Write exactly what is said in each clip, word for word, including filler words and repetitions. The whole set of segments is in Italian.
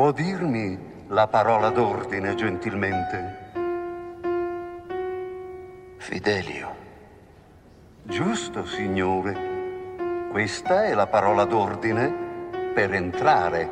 Può dirmi la parola d'ordine, gentilmente? Fidelio. Giusto, signore. Questa è la parola d'ordine per entrare.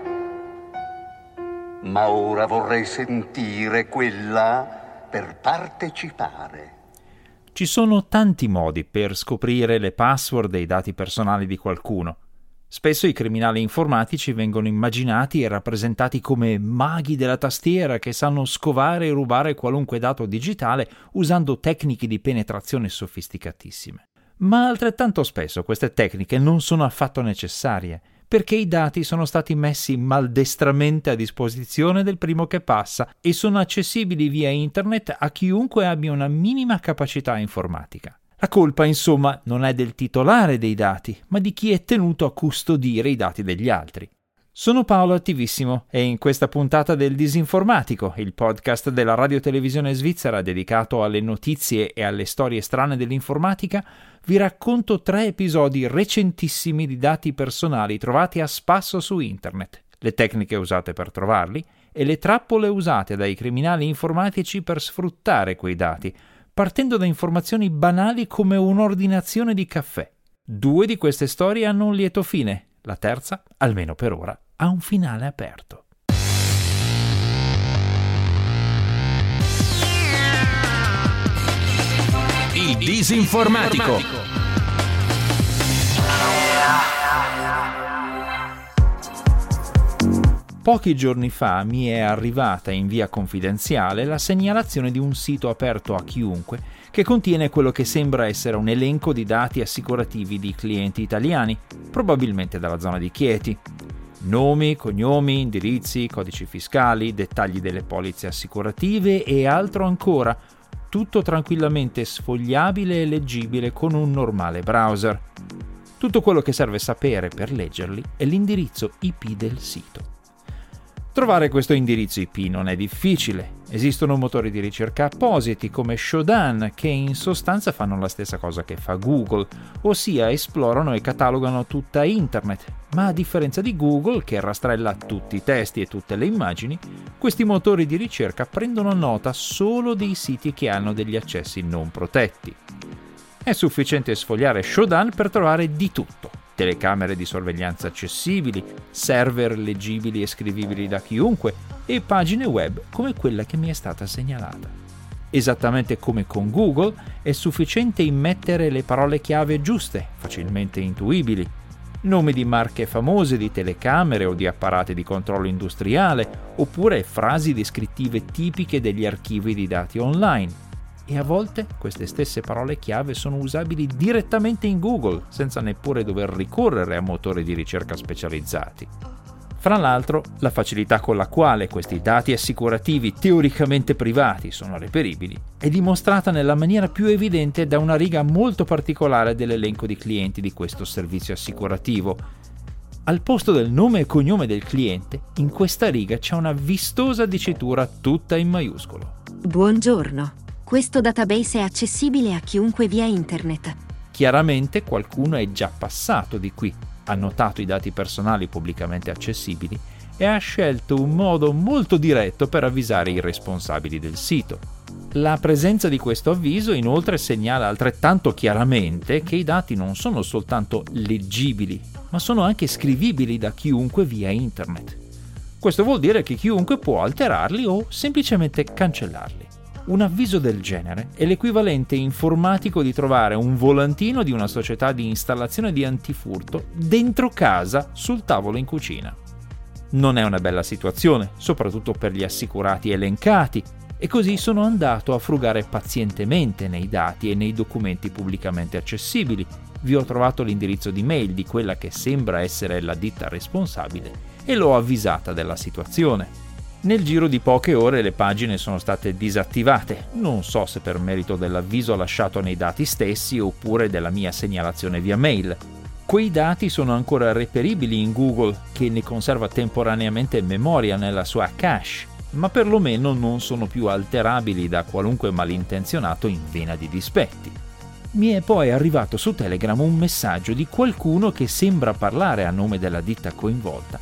Ma ora vorrei sentire quella per partecipare. Ci sono tanti modi per scoprire le password e i dati personali di qualcuno. Spesso i criminali informatici vengono immaginati e rappresentati come maghi della tastiera che sanno scovare e rubare qualunque dato digitale usando tecniche di penetrazione sofisticatissime. Ma altrettanto spesso queste tecniche non sono affatto necessarie, perché i dati sono stati messi maldestramente a disposizione del primo che passa e sono accessibili via internet a chiunque abbia una minima capacità informatica. La colpa, insomma, non è del titolare dei dati, ma di chi è tenuto a custodire i dati degli altri. Sono Paolo Attivissimo e in questa puntata del Disinformatico, il podcast della radio-televisione svizzera dedicato alle notizie e alle storie strane dell'informatica, vi racconto tre episodi recentissimi di dati personali trovati a spasso su internet, le tecniche usate per trovarli e le trappole usate dai criminali informatici per sfruttare quei dati, partendo da informazioni banali come un'ordinazione di caffè. Due di queste storie hanno un lieto fine, la terza, almeno per ora, ha un finale aperto. Il Disinformatico. Pochi giorni fa mi è arrivata in via confidenziale la segnalazione di un sito aperto a chiunque che contiene quello che sembra essere un elenco di dati assicurativi di clienti italiani, probabilmente dalla zona di Chieti. Nomi, cognomi, indirizzi, codici fiscali, dettagli delle polizze assicurative e altro ancora, tutto tranquillamente sfogliabile e leggibile con un normale browser. Tutto quello che serve sapere per leggerli è l'indirizzo I P del sito. Trovare questo indirizzo I P non è difficile. Esistono motori di ricerca appositi come Shodan che in sostanza fanno la stessa cosa che fa Google, ossia esplorano e catalogano tutta internet. Ma a differenza di Google, che rastrella tutti i testi e tutte le immagini, questi motori di ricerca prendono nota solo dei siti che hanno degli accessi non protetti. È sufficiente sfogliare Shodan per trovare di tutto. Telecamere di sorveglianza accessibili, server leggibili e scrivibili da chiunque e pagine web come quella che mi è stata segnalata. Esattamente come con Google, è sufficiente immettere le parole chiave giuste, facilmente intuibili, nomi di marche famose di telecamere o di apparati di controllo industriale, oppure frasi descrittive tipiche degli archivi di dati online. E a volte queste stesse parole chiave sono usabili direttamente in Google, senza neppure dover ricorrere a motori di ricerca specializzati. Fra l'altro, la facilità con la quale questi dati assicurativi teoricamente privati sono reperibili è dimostrata nella maniera più evidente da una riga molto particolare dell'elenco di clienti di questo servizio assicurativo. Al posto del nome e cognome del cliente, in questa riga c'è una vistosa dicitura tutta in maiuscolo. Buongiorno. Questo database è accessibile a chiunque via internet. Chiaramente qualcuno è già passato di qui, ha notato i dati personali pubblicamente accessibili e ha scelto un modo molto diretto per avvisare i responsabili del sito. La presenza di questo avviso inoltre segnala altrettanto chiaramente che i dati non sono soltanto leggibili, ma sono anche scrivibili da chiunque via internet. Questo vuol dire che chiunque può alterarli o semplicemente cancellarli. Un avviso del genere è l'equivalente informatico di trovare un volantino di una società di installazione di antifurto dentro casa sul tavolo in cucina. Non è una bella situazione, soprattutto per gli assicurati elencati, e così sono andato a frugare pazientemente nei dati e nei documenti pubblicamente accessibili. Vi ho trovato l'indirizzo di mail di quella che sembra essere la ditta responsabile e l'ho avvisata della situazione. Nel giro di poche ore le pagine sono state disattivate, non so se per merito dell'avviso lasciato nei dati stessi oppure della mia segnalazione via mail. Quei dati sono ancora reperibili in Google, che ne conserva temporaneamente memoria nella sua cache, ma perlomeno non sono più alterabili da qualunque malintenzionato in vena di dispetti. Mi è poi arrivato su Telegram un messaggio di qualcuno che sembra parlare a nome della ditta coinvolta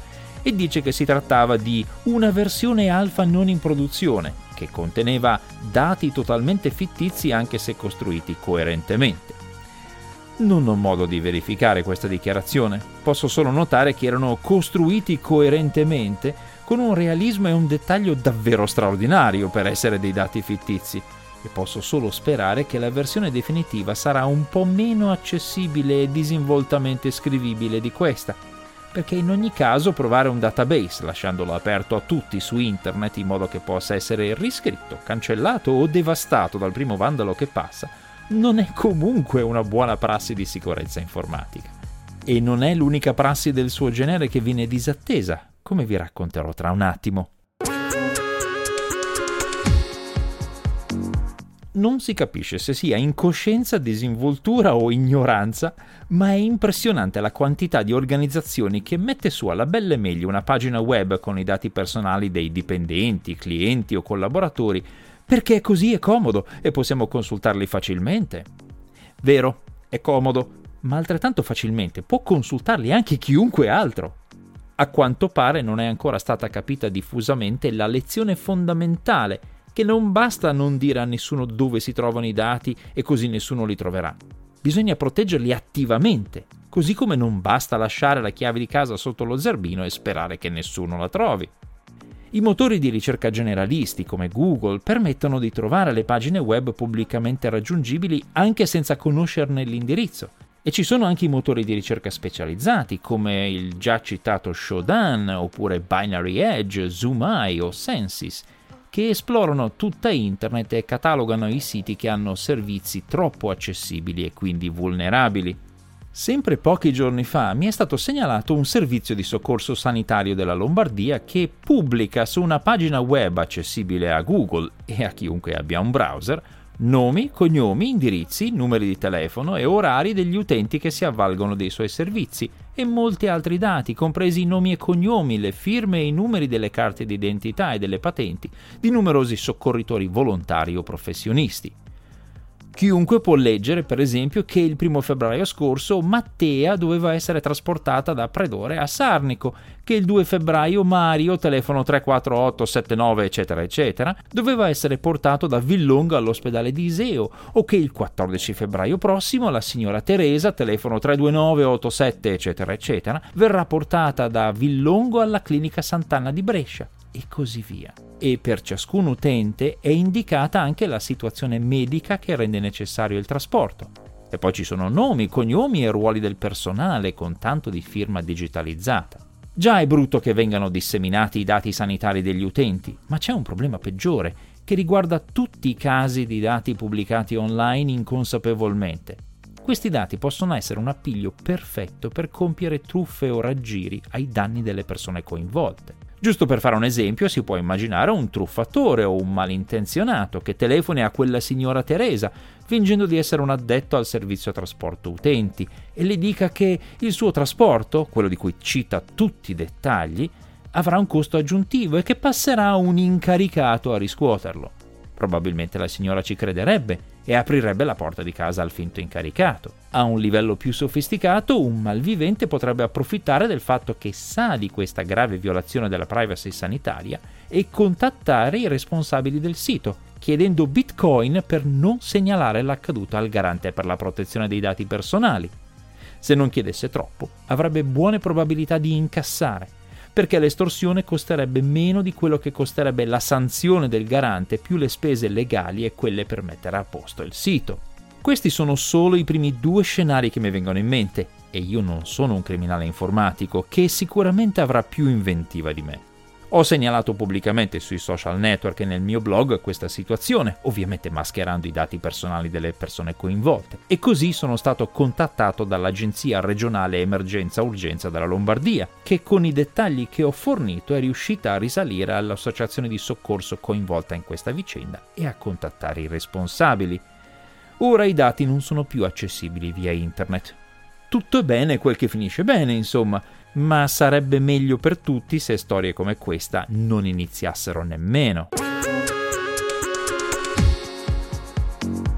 e dice che si trattava di una versione alfa non in produzione, che conteneva dati totalmente fittizi anche se costruiti coerentemente. Non ho modo di verificare questa dichiarazione, posso solo notare che erano costruiti coerentemente con un realismo e un dettaglio davvero straordinario per essere dei dati fittizi, e posso solo sperare che la versione definitiva sarà un po' meno accessibile e disinvoltamente scrivibile di questa, perché in ogni caso provare un database lasciandolo aperto a tutti su internet in modo che possa essere riscritto, cancellato o devastato dal primo vandalo che passa non è comunque una buona prassi di sicurezza informatica. E non è l'unica prassi del suo genere che viene disattesa, come vi racconterò tra un attimo. Non si capisce se sia incoscienza, disinvoltura o ignoranza, ma è impressionante la quantità di organizzazioni che mette su alla bella e meglio una pagina web con i dati personali dei dipendenti, clienti o collaboratori, perché così è comodo e possiamo consultarli facilmente. Vero, è comodo, ma altrettanto facilmente può consultarli anche chiunque altro. A quanto pare non è ancora stata capita diffusamente la lezione fondamentale che non basta non dire a nessuno dove si trovano i dati e così nessuno li troverà. Bisogna proteggerli attivamente, così come non basta lasciare la chiave di casa sotto lo zerbino e sperare che nessuno la trovi. I motori di ricerca generalisti come Google permettono di trovare le pagine web pubblicamente raggiungibili anche senza conoscerne l'indirizzo. E ci sono anche i motori di ricerca specializzati come il già citato Shodan oppure Binary Edge, Zoomeye o Census, che esplorano tutta internet e catalogano i siti che hanno servizi troppo accessibili e quindi vulnerabili. Sempre pochi giorni fa mi è stato segnalato un servizio di soccorso sanitario della Lombardia che pubblica su una pagina web accessibile a Google e a chiunque abbia un browser nomi, cognomi, indirizzi, numeri di telefono e orari degli utenti che si avvalgono dei suoi servizi e molti altri dati, compresi i nomi e cognomi, le firme e i numeri delle carte d'identità e delle patenti di numerosi soccorritori volontari o professionisti. Chiunque può leggere, per esempio, che il primo febbraio scorso Mattea doveva essere trasportata da Predore a Sarnico, che il due febbraio Mario, telefono tre quattro otto sette nove eccetera eccetera, doveva essere portato da Villonga all'ospedale di Iseo, o che il quattordici febbraio prossimo la signora Teresa, telefono tre due nove otto sette eccetera eccetera, verrà portata da Villongo alla clinica Sant'Anna di Brescia, e così via. E per ciascun utente è indicata anche la situazione medica che rende necessario il trasporto. E poi ci sono nomi, cognomi e ruoli del personale con tanto di firma digitalizzata. Già è brutto che vengano disseminati i dati sanitari degli utenti, ma c'è un problema peggiore che riguarda tutti i casi di dati pubblicati online inconsapevolmente. Questi dati possono essere un appiglio perfetto per compiere truffe o raggiri ai danni delle persone coinvolte. Giusto per fare un esempio, si può immaginare un truffatore o un malintenzionato che telefoni a quella signora Teresa, fingendo di essere un addetto al servizio trasporto utenti, e le dica che il suo trasporto, quello di cui cita tutti i dettagli, avrà un costo aggiuntivo e che passerà a un incaricato a riscuoterlo. Probabilmente la signora ci crederebbe e aprirebbe la porta di casa al finto incaricato. A un livello più sofisticato, un malvivente potrebbe approfittare del fatto che sa di questa grave violazione della privacy sanitaria e contattare i responsabili del sito, chiedendo bitcoin per non segnalare l'accaduto al garante per la protezione dei dati personali. Se non chiedesse troppo, avrebbe buone probabilità di incassare, perché l'estorsione costerebbe meno di quello che costerebbe la sanzione del garante più le spese legali e quelle per mettere a posto il sito. Questi sono solo i primi due scenari che mi vengono in mente, e io non sono un criminale informatico che sicuramente avrà più inventiva di me. Ho segnalato pubblicamente sui social network e nel mio blog questa situazione, ovviamente mascherando i dati personali delle persone coinvolte, e così sono stato contattato dall'Agenzia Regionale Emergenza Urgenza della Lombardia, che con i dettagli che ho fornito è riuscita a risalire all'associazione di soccorso coinvolta in questa vicenda e a contattare i responsabili. Ora i dati non sono più accessibili via internet. Tutto è bene quel che finisce bene, insomma, ma sarebbe meglio per tutti se storie come questa non iniziassero nemmeno.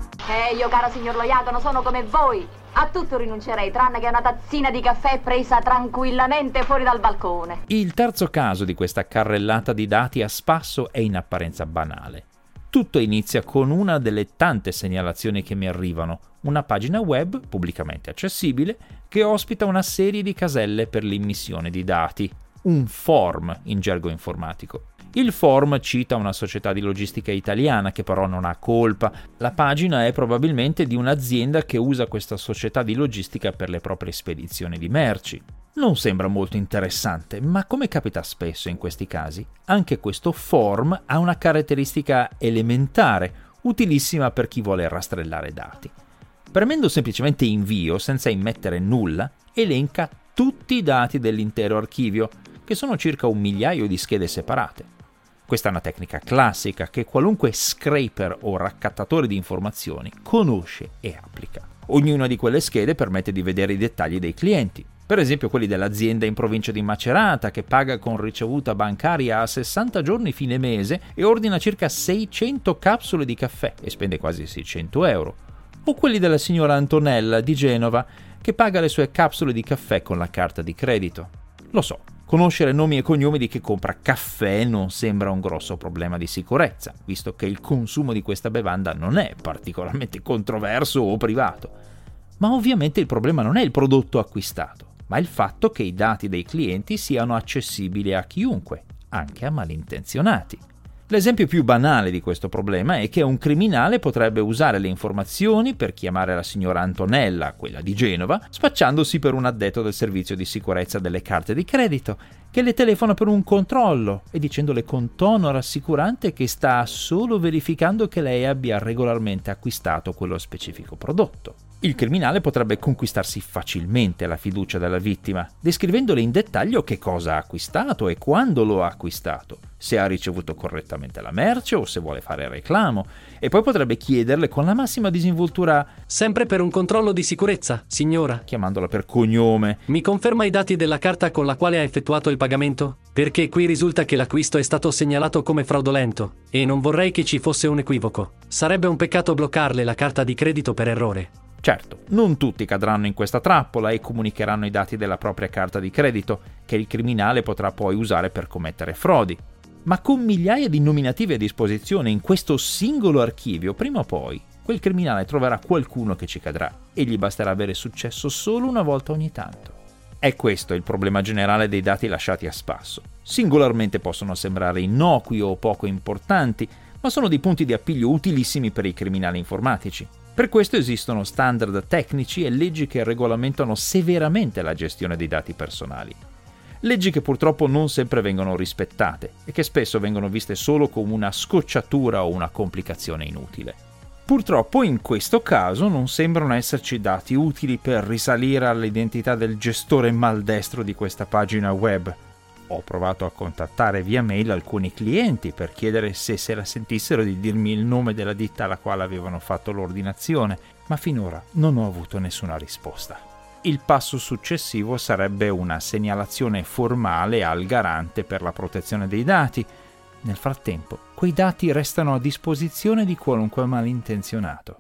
Eh, io, caro signor Loiacono, sono come voi. A tutto rinuncerei, tranne che una tazzina di caffè presa tranquillamente fuori dal balcone. Il terzo caso di questa carrellata di dati a spasso è in apparenza banale. Tutto inizia con una delle tante segnalazioni che mi arrivano, una pagina web pubblicamente accessibile che ospita una serie di caselle per l'immissione di dati, un form in gergo informatico. Il form cita una società di logistica italiana che però non ha colpa. La pagina è probabilmente di un'azienda che usa questa società di logistica per le proprie spedizioni di merci. Non sembra molto interessante, ma come capita spesso in questi casi, anche questo form ha una caratteristica elementare, utilissima per chi vuole rastrellare dati. Premendo semplicemente invio, senza immettere nulla, elenca tutti i dati dell'intero archivio, che sono circa un migliaio di schede separate. Questa è una tecnica classica che qualunque scraper o raccattatore di informazioni conosce e applica. Ognuna di quelle schede permette di vedere i dettagli dei clienti, per esempio quelli dell'azienda in provincia di Macerata che paga con ricevuta bancaria a sessanta giorni fine mese e ordina circa seicento capsule di caffè e spende quasi seicento euro, o quelli della signora Antonella di Genova che paga le sue capsule di caffè con la carta di credito. Lo so, conoscere nomi e cognomi di chi compra caffè non sembra un grosso problema di sicurezza, visto che il consumo di questa bevanda non è particolarmente controverso o privato. Ma ovviamente il problema non è il prodotto acquistato, ma il fatto che i dati dei clienti siano accessibili a chiunque, anche a malintenzionati. L'esempio più banale di questo problema è che un criminale potrebbe usare le informazioni per chiamare la signora Antonella, quella di Genova, spacciandosi per un addetto del servizio di sicurezza delle carte di credito, che le telefona per un controllo e dicendole con tono rassicurante che sta solo verificando che lei abbia regolarmente acquistato quello specifico prodotto. Il criminale potrebbe conquistarsi facilmente la fiducia della vittima, descrivendole in dettaglio che cosa ha acquistato e quando lo ha acquistato, se ha ricevuto correttamente la merce o se vuole fare reclamo, e poi potrebbe chiederle con la massima disinvoltura: sempre per un controllo di sicurezza, signora, chiamandola per cognome. Mi conferma i dati della carta con la quale ha effettuato il pagamento? Perché qui risulta che l'acquisto è stato segnalato come fraudolento e non vorrei che ci fosse un equivoco. Sarebbe un peccato bloccarle la carta di credito per errore. Certo, non tutti cadranno in questa trappola e comunicheranno i dati della propria carta di credito, che il criminale potrà poi usare per commettere frodi. Ma con migliaia di nominativi a disposizione in questo singolo archivio, prima o poi, quel criminale troverà qualcuno che ci cadrà e gli basterà avere successo solo una volta ogni tanto. È questo il problema generale dei dati lasciati a spasso. Singolarmente possono sembrare innocui o poco importanti, ma sono dei punti di appiglio utilissimi per i criminali informatici. Per questo esistono standard tecnici e leggi che regolamentano severamente la gestione dei dati personali. Leggi che purtroppo non sempre vengono rispettate e che spesso vengono viste solo come una scocciatura o una complicazione inutile. Purtroppo in questo caso non sembrano esserci dati utili per risalire all'identità del gestore maldestro di questa pagina web. Ho provato a contattare via mail alcuni clienti per chiedere se se la sentissero di dirmi il nome della ditta alla quale avevano fatto l'ordinazione, ma finora non ho avuto nessuna risposta. Il passo successivo sarebbe una segnalazione formale al garante per la protezione dei dati. Nel frattempo, quei dati restano a disposizione di qualunque malintenzionato.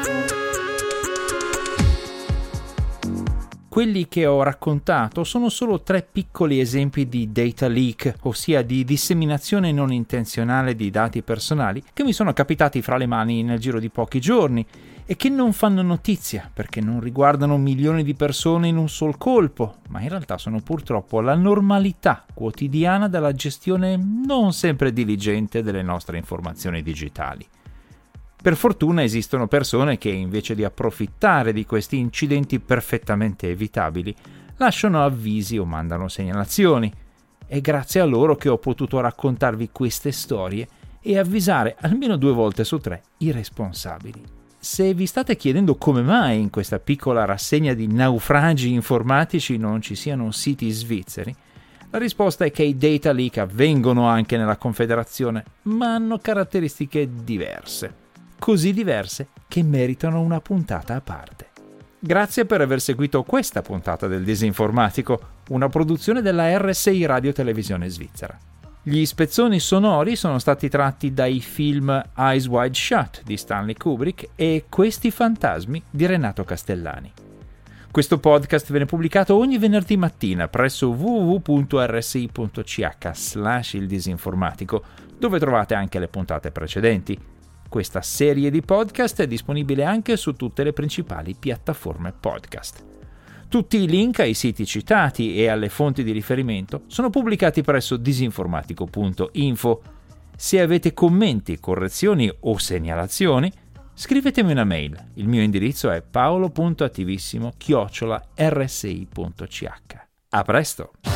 Quelli che ho raccontato sono solo tre piccoli esempi di data leak, ossia di disseminazione non intenzionale di dati personali che mi sono capitati fra le mani nel giro di pochi giorni e che non fanno notizia perché non riguardano milioni di persone in un sol colpo, ma in realtà sono purtroppo la normalità quotidiana della gestione non sempre diligente delle nostre informazioni digitali. Per fortuna esistono persone che, invece di approfittare di questi incidenti perfettamente evitabili, lasciano avvisi o mandano segnalazioni. È grazie a loro che ho potuto raccontarvi queste storie e avvisare almeno due volte su tre i responsabili. Se vi state chiedendo come mai in questa piccola rassegna di naufragi informatici non ci siano siti svizzeri, la risposta è che i data leak avvengono anche nella Confederazione, ma hanno caratteristiche diverse. Così diverse che meritano una puntata a parte. Grazie per aver seguito questa puntata del Disinformatico, una produzione della R S I Radio Televisione Svizzera. Gli spezzoni sonori sono stati tratti dai film Eyes Wide Shut di Stanley Kubrick e Questi fantasmi di Renato Castellani. Questo podcast viene pubblicato ogni venerdì mattina presso w w w punto r s i punto c h slash il disinformatico, dove trovate anche le puntate precedenti. Questa serie di podcast è disponibile anche su tutte le principali piattaforme podcast. Tutti i link ai siti citati e alle fonti di riferimento sono pubblicati presso disinformatico punto info. Se avete commenti, correzioni o segnalazioni, scrivetemi una mail. Il mio indirizzo è paolo punto attivissimo chiocciola r s i punto c h. A presto!